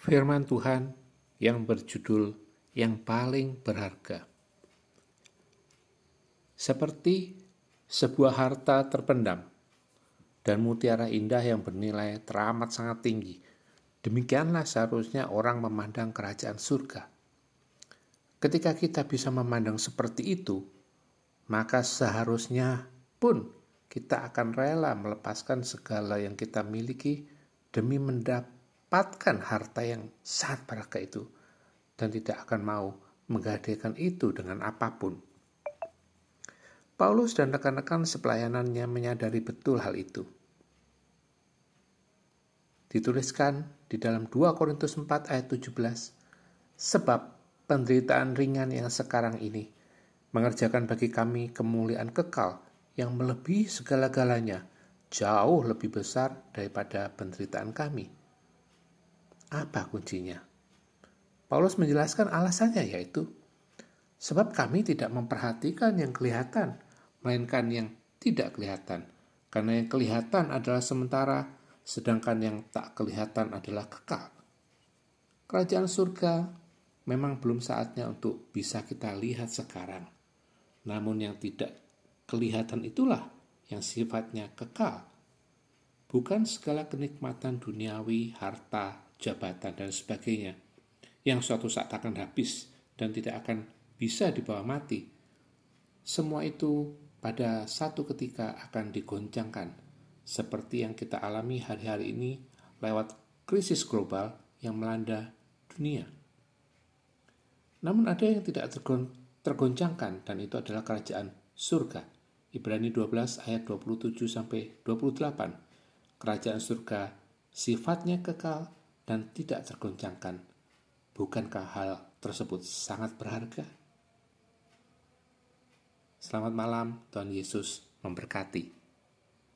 Firman Tuhan yang berjudul Yang Paling Berharga. Seperti sebuah harta terpendam dan mutiara indah yang bernilai teramat sangat tinggi, demikianlah seharusnya orang memandang kerajaan surga. Ketika kita bisa memandang seperti itu, maka seharusnya pun kita akan rela melepaskan segala yang kita miliki demi mendapatkan harta yang sangat berharga itu, dan tidak akan mau menggadaikan itu dengan apapun. Paulus dan rekan-rekan sepelayanannya menyadari betul hal itu. Dituliskan di dalam 2 Korintus 4 ayat 17, sebab penderitaan ringan yang sekarang ini mengerjakan bagi kami kemuliaan kekal yang melebihi segala-galanya, jauh lebih besar daripada penderitaan kami. Apa kuncinya? Paulus menjelaskan alasannya, yaitu sebab kami tidak memperhatikan yang kelihatan, melainkan yang tidak kelihatan. Karena yang kelihatan adalah sementara, sedangkan yang tak kelihatan adalah kekal. Kerajaan surga memang belum saatnya untuk bisa kita lihat sekarang. Namun yang tidak kelihatan itulah yang sifatnya kekal. Bukan segala kenikmatan duniawi, harta, jabatan, dan sebagainya yang suatu saat akan habis dan tidak akan bisa dibawa mati. Semua itu pada satu ketika akan digoncangkan, seperti yang kita alami hari-hari ini lewat krisis global yang melanda dunia. Namun ada yang tidak tergoncangkan, dan itu adalah kerajaan surga. Ibrani 12 ayat 27-28. Kerajaan surga sifatnya kekal dan tidak tergoncangkan. Bukankah hal tersebut sangat berharga? Selamat malam, Tuhan Yesus memberkati.